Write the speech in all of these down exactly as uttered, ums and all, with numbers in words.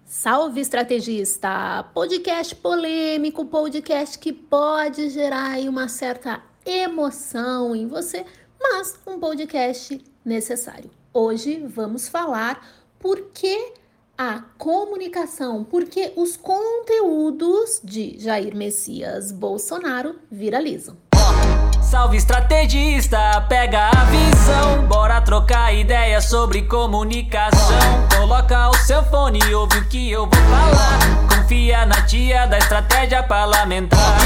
Salve, estrategista! Podcast polêmico, podcast que pode gerar aí uma certa emoção em você, mas um podcast necessário. Hoje vamos falar por que a comunicação, por que os conteúdos de Jair Messias Bolsonaro viralizam. Salve, estrategista, pega a visão, bora trocar ideias sobre comunicação. Coloca o seu fone e ouve o que eu vou falar. Confia na tia da estratégia parlamentar.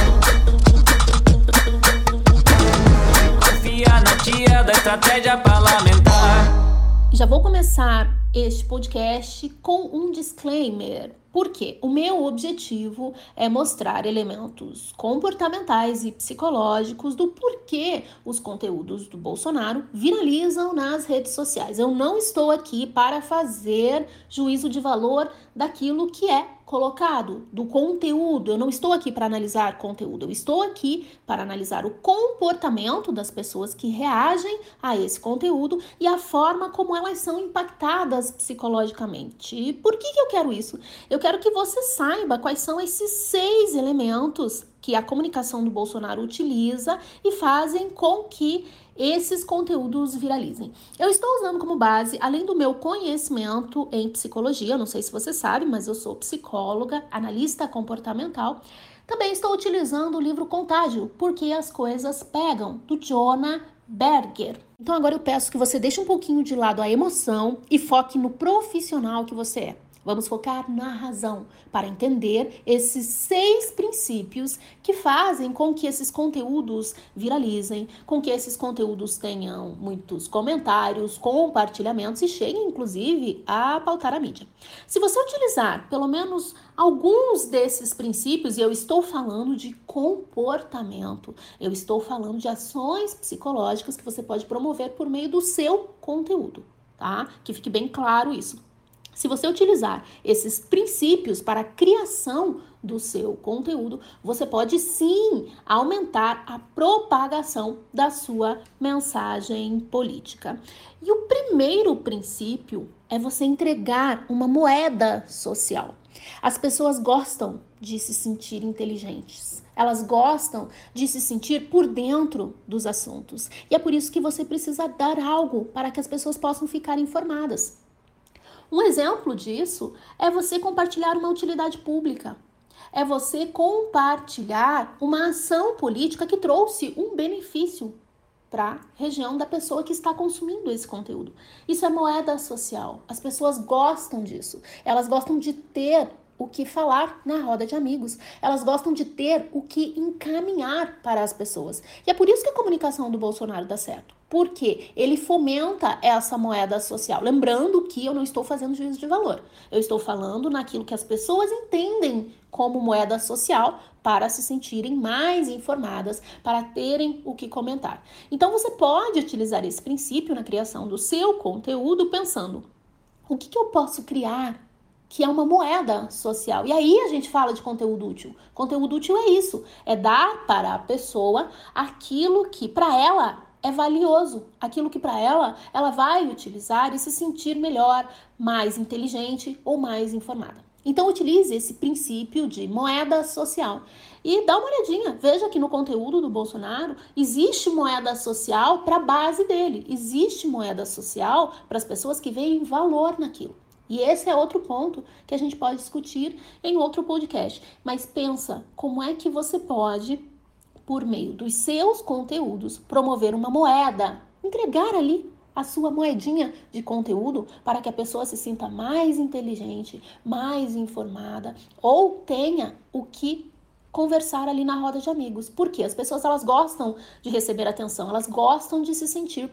Confia na tia da estratégia parlamentar. Já vou começar este podcast com um disclaimer. Por quê? O meu objetivo é mostrar elementos comportamentais e psicológicos do porquê os conteúdos do Bolsonaro viralizam nas redes sociais. Eu não estou aqui para fazer juízo de valor daquilo que é colocado, do conteúdo. Eu não estou aqui para analisar conteúdo, eu estou aqui para analisar o comportamento das pessoas que reagem a esse conteúdo e a forma como elas são impactadas psicologicamente. E por que que eu quero isso? Eu quero que você saiba quais são esses seis elementos que a comunicação do Bolsonaro utiliza e fazem com que esses conteúdos viralizem. Eu estou usando como base, além do meu conhecimento em psicologia, não sei se você sabe, mas eu sou psicóloga, analista comportamental, também estou utilizando o livro Contágio, Porque as Coisas Pegam, do Jonah Berger. Então agora eu peço que você deixe um pouquinho de lado a emoção e foque no profissional que você é. Vamos focar na razão para entender esses seis princípios que fazem com que esses conteúdos viralizem, com que esses conteúdos tenham muitos comentários, compartilhamentos e cheguem, inclusive, a pautar a mídia. Se você utilizar pelo menos alguns desses princípios, e eu estou falando de comportamento, eu estou falando de ações psicológicas que você pode promover por meio do seu conteúdo, tá? Que fique bem claro isso. Se você utilizar esses princípios para a criação do seu conteúdo, você pode sim aumentar a propagação da sua mensagem política. E o primeiro princípio é você entregar uma moeda social. As pessoas gostam de se sentir inteligentes. Elas gostam de se sentir por dentro dos assuntos. E é por isso que você precisa dar algo para que as pessoas possam ficar informadas. Um exemplo disso é você compartilhar uma utilidade pública. É você compartilhar uma ação política que trouxe um benefício para a região da pessoa que está consumindo esse conteúdo. Isso é moeda social. As pessoas gostam disso. Elas gostam de ter o que falar na roda de amigos. Elas gostam de ter o que encaminhar para as pessoas. E é por isso que a comunicação do Bolsonaro dá certo. Porque ele fomenta essa moeda social. Lembrando que eu não estou fazendo juízo de valor. Eu estou falando naquilo que as pessoas entendem como moeda social para se sentirem mais informadas, para terem o que comentar. Então você pode utilizar esse princípio na criação do seu conteúdo pensando: o que, que eu posso criar que é uma moeda social? E aí a gente fala de conteúdo útil. Conteúdo útil é isso, é dar para a pessoa aquilo que para ela é valioso, aquilo que para ela, ela vai utilizar e se sentir melhor, mais inteligente ou mais informada. Então utilize esse princípio de moeda social e dá uma olhadinha, veja que no conteúdo do Bolsonaro existe moeda social para a base dele, existe moeda social para as pessoas que veem valor naquilo. E esse é outro ponto que a gente pode discutir em outro podcast. Mas pensa, como é que você pode, por meio dos seus conteúdos, promover uma moeda, entregar ali a sua moedinha de conteúdo para que a pessoa se sinta mais inteligente, mais informada ou tenha o que conversar ali na roda de amigos. Porque as pessoas elas gostam de receber atenção, elas gostam de se sentir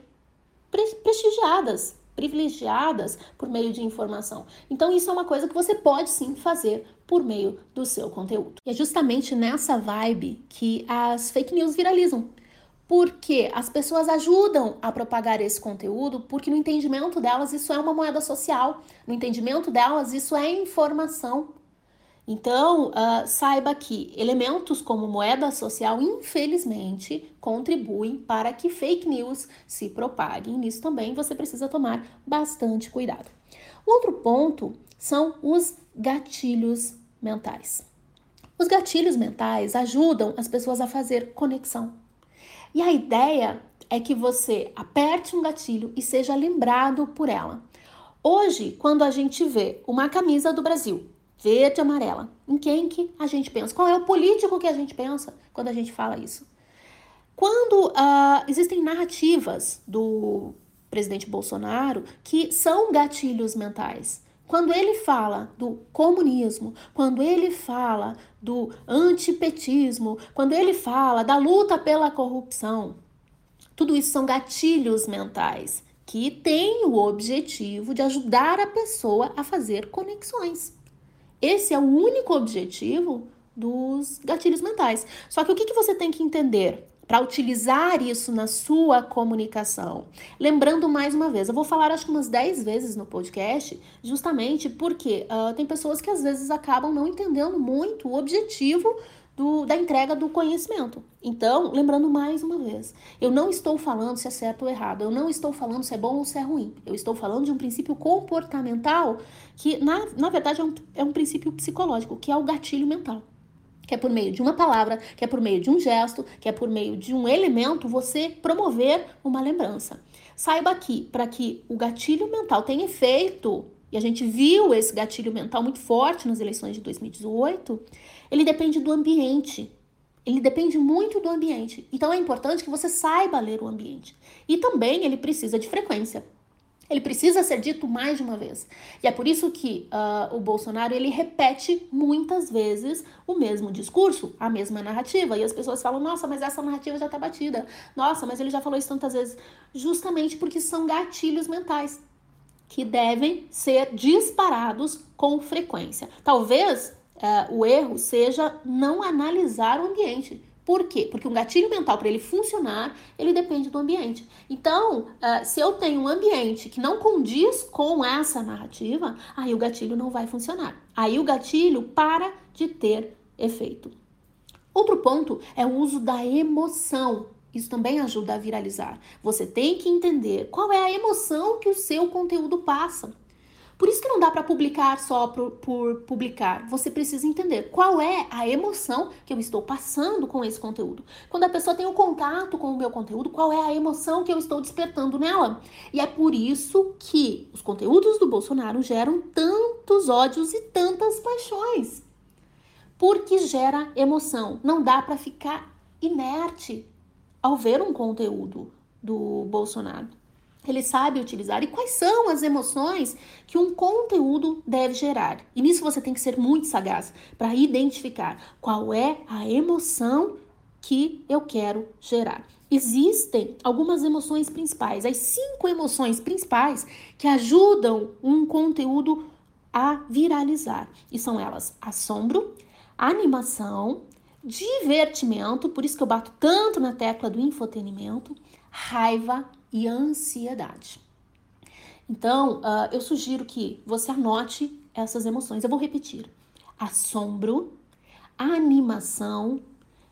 prestigiadas, privilegiadas por meio de informação. Então isso é uma coisa que você pode sim fazer por meio do seu conteúdo. E é justamente nessa vibe que as fake news viralizam. Porque as pessoas ajudam a propagar esse conteúdo, porque no entendimento delas isso é uma moeda social. No entendimento delas isso é informação. Então, uh, saiba que elementos como moeda social, infelizmente, contribuem para que fake news se propaguem. Nisso também você precisa tomar bastante cuidado. Um outro ponto são os gatilhos mentais. Os gatilhos mentais ajudam as pessoas a fazer conexão. E a ideia é que você aperte um gatilho e seja lembrado por ela. Hoje, quando a gente vê uma camisa do Brasil, verde e amarela, em quem que a gente pensa? Qual é o político que a gente pensa quando a gente fala isso? Quando uh, existem narrativas do presidente Bolsonaro que são gatilhos mentais, quando ele fala do comunismo, quando ele fala do antipetismo, quando ele fala da luta pela corrupção, tudo isso são gatilhos mentais que têm o objetivo de ajudar a pessoa a fazer conexões. Esse é o único objetivo dos gatilhos mentais. Só que o que, que você tem que entender para utilizar isso na sua comunicação? Lembrando mais uma vez, eu vou falar acho que umas dez vezes no podcast, justamente porque uh, tem pessoas que às vezes acabam não entendendo muito o objetivo do, da entrega do conhecimento. Então, lembrando mais uma vez, eu não estou falando se é certo ou errado, eu não estou falando se é bom ou se é ruim, eu estou falando de um princípio comportamental que, na, na verdade, é um, é um princípio psicológico, que é o gatilho mental. Que é por meio de uma palavra, que é por meio de um gesto, que é por meio de um elemento, você promover uma lembrança. Saiba que, para que o gatilho mental tenha efeito, e a gente viu esse gatilho mental muito forte nas eleições de dois mil e dezoito, ele depende do ambiente. Ele depende muito do ambiente. Então é importante que você saiba ler o ambiente. E também ele precisa de frequência. Ele precisa ser dito mais de uma vez. E é por isso que uh, o Bolsonaro, ele repete muitas vezes o mesmo discurso, a mesma narrativa. E as pessoas falam, nossa, mas essa narrativa já está batida. Nossa, mas ele já falou isso tantas vezes. Justamente porque são gatilhos mentais que devem ser disparados com frequência. Talvez uh, o erro seja não analisar o ambiente. Por quê? Porque um gatilho mental, para ele funcionar, ele depende do ambiente. Então, uh, se eu tenho um ambiente que não condiz com essa narrativa, aí o gatilho não vai funcionar. Aí o gatilho para de ter efeito. Outro ponto é o uso da emoção. Isso também ajuda a viralizar. Você tem que entender qual é a emoção que o seu conteúdo passa. Por isso que não dá para publicar só por, por publicar. Você precisa entender qual é a emoção que eu estou passando com esse conteúdo. Quando a pessoa tem um contato com o meu conteúdo, qual é a emoção que eu estou despertando nela? E é por isso que os conteúdos do Bolsonaro geram tantos ódios e tantas paixões. Porque gera emoção. Não dá para ficar inerte ao ver um conteúdo do Bolsonaro. Ele sabe utilizar. E quais são as emoções que um conteúdo deve gerar? E nisso você tem que ser muito sagaz para identificar qual é a emoção que eu quero gerar. Existem algumas emoções principais, as cinco emoções principais que ajudam um conteúdo a viralizar. E são elas: assombro, animação, divertimento, por isso que eu bato tanto na tecla do infotenimento, raiva e ansiedade. Então, uh, eu sugiro que você anote essas emoções. Eu vou repetir: assombro, animação,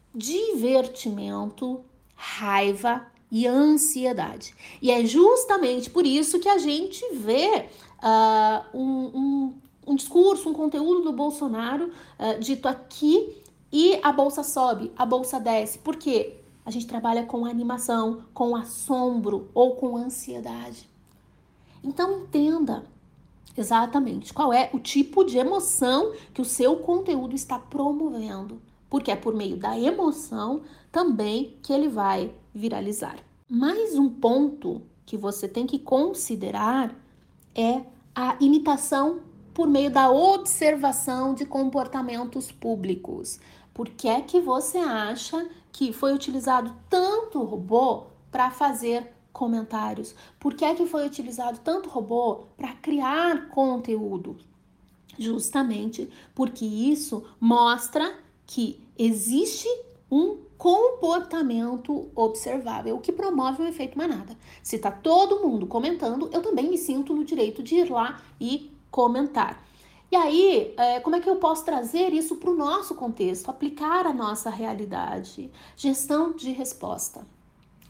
divertimento, raiva e ansiedade. E é justamente por isso que a gente vê uh, um, um, um discurso, um conteúdo do Bolsonaro uh, dito aqui e a bolsa sobe, a bolsa desce. Por quê? A gente trabalha com animação, com assombro ou com ansiedade. Então entenda exatamente qual é o tipo de emoção que o seu conteúdo está promovendo, porque é por meio da emoção também que ele vai viralizar. Mais um ponto que você tem que considerar é a imitação por meio da observação de comportamentos públicos. Por que é que você acha que foi utilizado tanto robô para fazer comentários? Por que é que foi utilizado tanto robô para criar conteúdo? Justamente porque isso mostra que existe um comportamento observável, o que promove o efeito manada. Se está todo mundo comentando, eu também me sinto no direito de ir lá e comentar. E aí, como é que eu posso trazer isso para o nosso contexto, aplicar a nossa realidade? Gestão de resposta.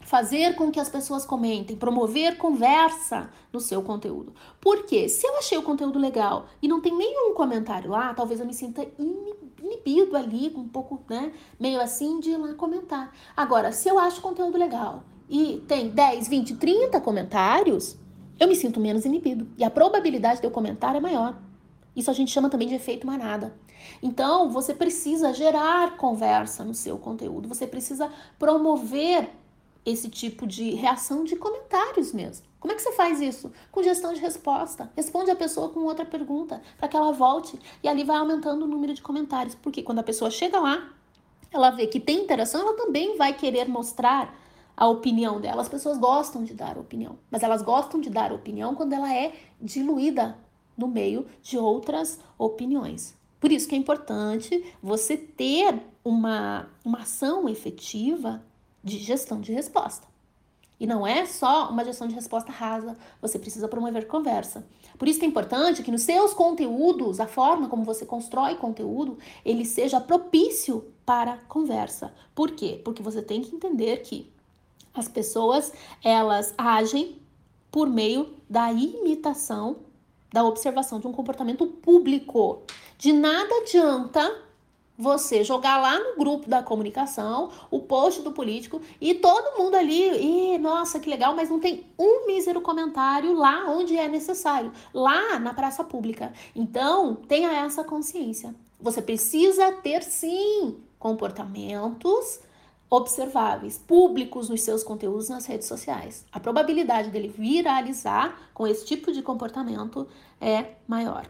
fazer com que as pessoas comentem, promover conversa no seu conteúdo. Por quê? Se eu achei o conteúdo legal e não tem nenhum comentário lá, talvez eu me sinta inibido ali, um pouco, né, meio assim, de ir lá comentar. Agora, se eu acho o conteúdo legal e tem dez, vinte, trinta comentários, eu me sinto menos inibido. E a probabilidade de eu comentar é maior. Isso a gente chama também de efeito manada. Então, você precisa gerar conversa no seu conteúdo. Você precisa promover esse tipo de reação de comentários mesmo. Como é que você faz isso? Com gestão de resposta. Responde a pessoa com outra pergunta, para que ela volte. E ali vai aumentando o número de comentários. Porque quando a pessoa chega lá, ela vê que tem interação, ela também vai querer mostrar a opinião dela. As pessoas gostam de dar opinião. Mas elas gostam de dar opinião quando ela é diluída no meio de outras opiniões. Por isso que é importante você ter uma, uma ação efetiva de gestão de resposta. E não é só uma gestão de resposta rasa, você precisa promover conversa. Por isso que é importante que nos seus conteúdos, a forma como você constrói conteúdo, ele seja propício para conversa. Por quê? Porque você tem que entender que as pessoas, elas agem por meio da imitação, da observação de um comportamento público. De nada adianta você jogar lá no grupo da comunicação o post do político e todo mundo ali, e nossa, que legal, mas não tem um mísero comentário lá onde é necessário, lá na praça pública. Então, tenha essa consciência. Você precisa ter, sim, comportamentos observáveis, públicos nos seus conteúdos nas redes sociais. A probabilidade dele viralizar com esse tipo de comportamento é maior.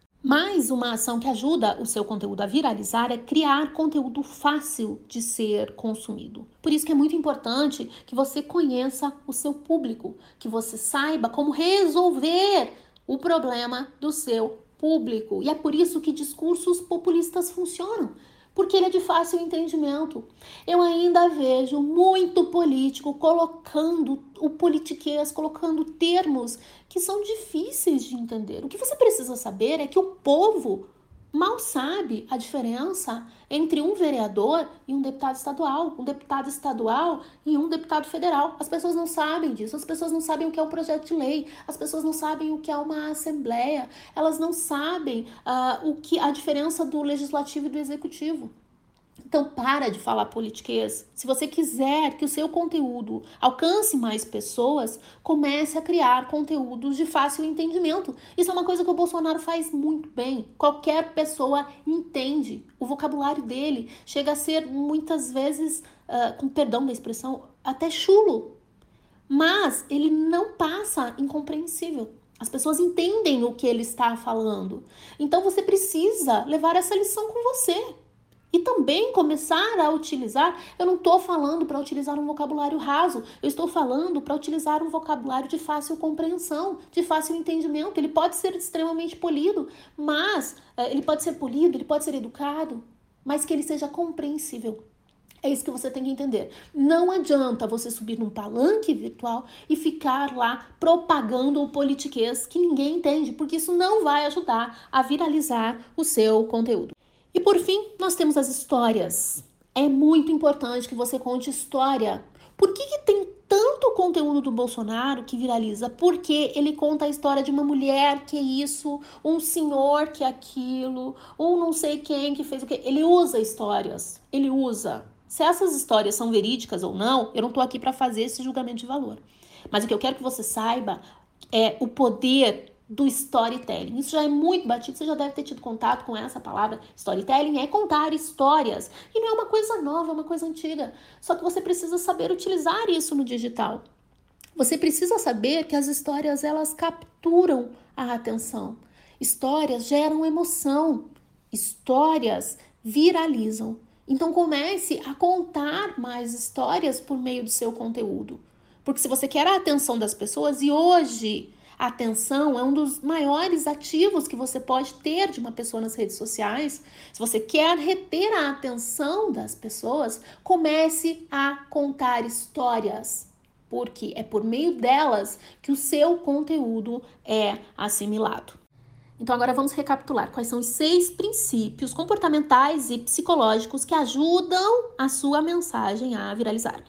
Mais uma ação que ajuda o seu conteúdo a viralizar é criar conteúdo fácil de ser consumido. Por isso que é muito importante que você conheça o seu público, que você saiba como resolver o problema do seu público. E é por isso que discursos populistas funcionam, porque ele é de fácil entendimento. Eu ainda vejo muito político colocando o politiquês, colocando termos que são difíceis de entender. O que você precisa saber é que o povo mal sabe a diferença entre um vereador e um deputado estadual, um deputado estadual e um deputado federal. As pessoas não sabem disso, as pessoas não sabem o que é um projeto de lei, as pessoas não sabem o que é uma assembleia, elas não sabem uh, o que a diferença do legislativo e do executivo. Então, para de falar politiquês. Se você quiser que o seu conteúdo alcance mais pessoas, comece a criar conteúdos de fácil entendimento. Isso é uma coisa que o Bolsonaro faz muito bem. Qualquer pessoa entende. O vocabulário dele chega a ser, muitas vezes, uh, com perdão da expressão, até chulo. Mas ele não passa incompreensível. As pessoas entendem o que ele está falando. Então, você precisa levar essa lição com você. E também começar a utilizar, eu não estou falando para utilizar um vocabulário raso, eu estou falando para utilizar um vocabulário de fácil compreensão, de fácil entendimento. Ele pode ser extremamente polido, mas é, ele pode ser polido, ele pode ser educado, mas que ele seja compreensível. É isso que você tem que entender. Não adianta você subir num palanque virtual e ficar lá propagando o politiquês que ninguém entende, porque isso não vai ajudar a viralizar o seu conteúdo. E por fim, nós temos as histórias. É muito importante que você conte história. Por que que tem tanto conteúdo do Bolsonaro que viraliza? Porque ele conta a história de uma mulher que é isso, um senhor que é aquilo, um não sei quem que fez o quê. Ele usa histórias, ele usa. Se essas histórias são verídicas ou não, eu não estou aqui para fazer esse julgamento de valor. Mas o que eu quero que você saiba é o poder do storytelling. Isso já é muito batido, você já deve ter tido contato com essa palavra. Storytelling é contar histórias. E não é uma coisa nova, é uma coisa antiga. Só que você precisa saber utilizar isso no digital. Você precisa saber que as histórias, elas capturam a atenção. Histórias geram emoção. Histórias viralizam. Então comece a contar mais histórias por meio do seu conteúdo. Porque se você quer a atenção das pessoas, e hoje a atenção é um dos maiores ativos que você pode ter de uma pessoa nas redes sociais. Se você quer reter a atenção das pessoas, comece a contar histórias, porque é por meio delas que o seu conteúdo é assimilado. Então agora vamos recapitular quais são os seis princípios comportamentais e psicológicos que ajudam a sua mensagem a viralizar.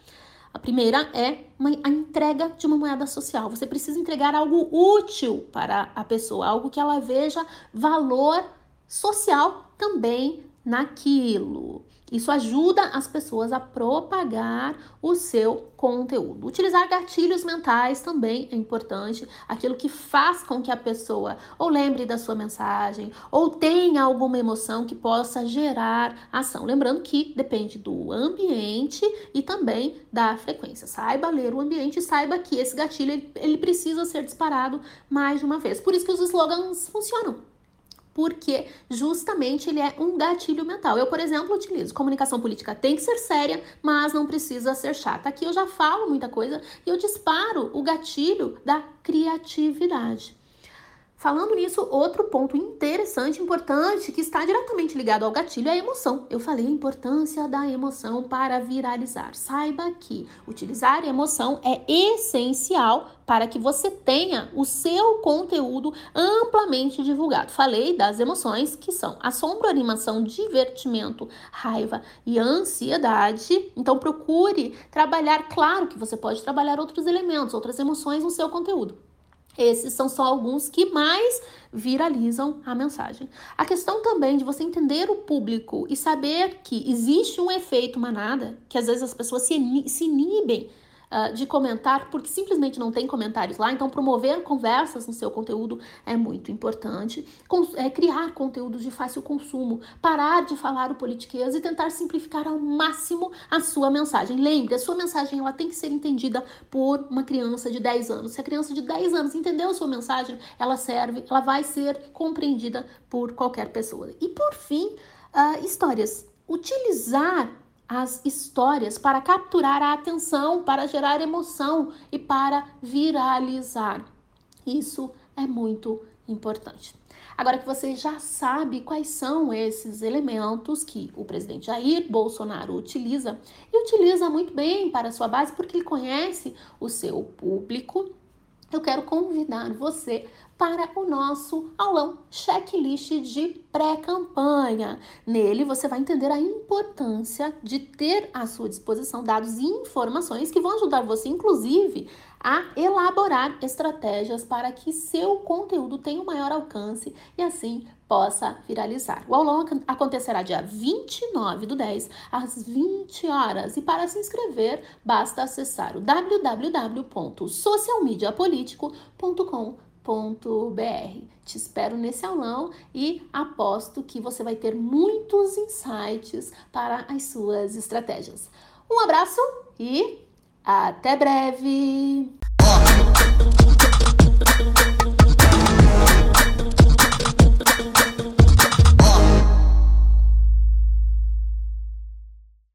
A primeira é uma, a entrega de uma moeda social. Você precisa entregar algo útil para a pessoa, algo que ela veja valor social também naquilo. Isso ajuda as pessoas a propagar o seu conteúdo. Utilizar gatilhos mentais também é importante, aquilo que faz com que a pessoa ou lembre da sua mensagem ou tenha alguma emoção que possa gerar ação. Lembrando que depende do ambiente e também da frequência. Saiba ler o ambiente e saiba que esse gatilho ele, ele precisa ser disparado mais de uma vez. Por isso que os slogans funcionam. Porque justamente ele é um gatilho mental. Eu, por exemplo, utilizo comunicação política tem que ser séria, mas não precisa ser chata. Aqui eu já falo muita coisa e eu disparo o gatilho da criatividade. Falando nisso, outro ponto interessante, importante, que está diretamente ligado ao gatilho é a emoção. Eu falei a importância da emoção para viralizar. Saiba que utilizar a emoção é essencial para que você tenha o seu conteúdo amplamente divulgado. Falei das emoções que são assombro, animação, divertimento, raiva e ansiedade. Então procure trabalhar, claro que você pode trabalhar outros elementos, outras emoções no seu conteúdo. Esses são só alguns que mais viralizam a mensagem. A questão também de você entender o público e saber que existe um efeito manada, que às vezes as pessoas se, se inibem uh, de comentar porque simplesmente não tem comentários lá. Então, promover conversas no seu conteúdo é muito importante. Com, é, criar conteúdos de fácil consumo, parar de falar o politiquês e tentar simplificar ao máximo a sua mensagem. Lembre, a sua mensagem ela tem que ser entendida por uma criança de dez anos. Se a criança de dez anos entendeu a sua mensagem, ela serve, ela vai ser compreendida por qualquer pessoa. E por fim, uh, histórias. Utilizar as histórias para capturar a atenção, para gerar emoção e para viralizar. Isso é muito importante. Agora que você já sabe quais são esses elementos que o presidente Jair Bolsonaro utiliza, e utiliza muito bem para a sua base, porque ele conhece o seu público, eu quero convidar você para o nosso aulão checklist de pré-campanha. Nele você vai entender a importância de ter à sua disposição dados e informações que vão ajudar você, inclusive, a elaborar estratégias para que seu conteúdo tenha um maior alcance e assim possa viralizar. O aulão acontecerá dia vinte e nove do dez às vinte horas e para se inscrever basta acessar o w w w ponto social media político ponto com ponto b r. Te espero nesse aulão e aposto que você vai ter muitos insights para as suas estratégias. Um abraço e até breve!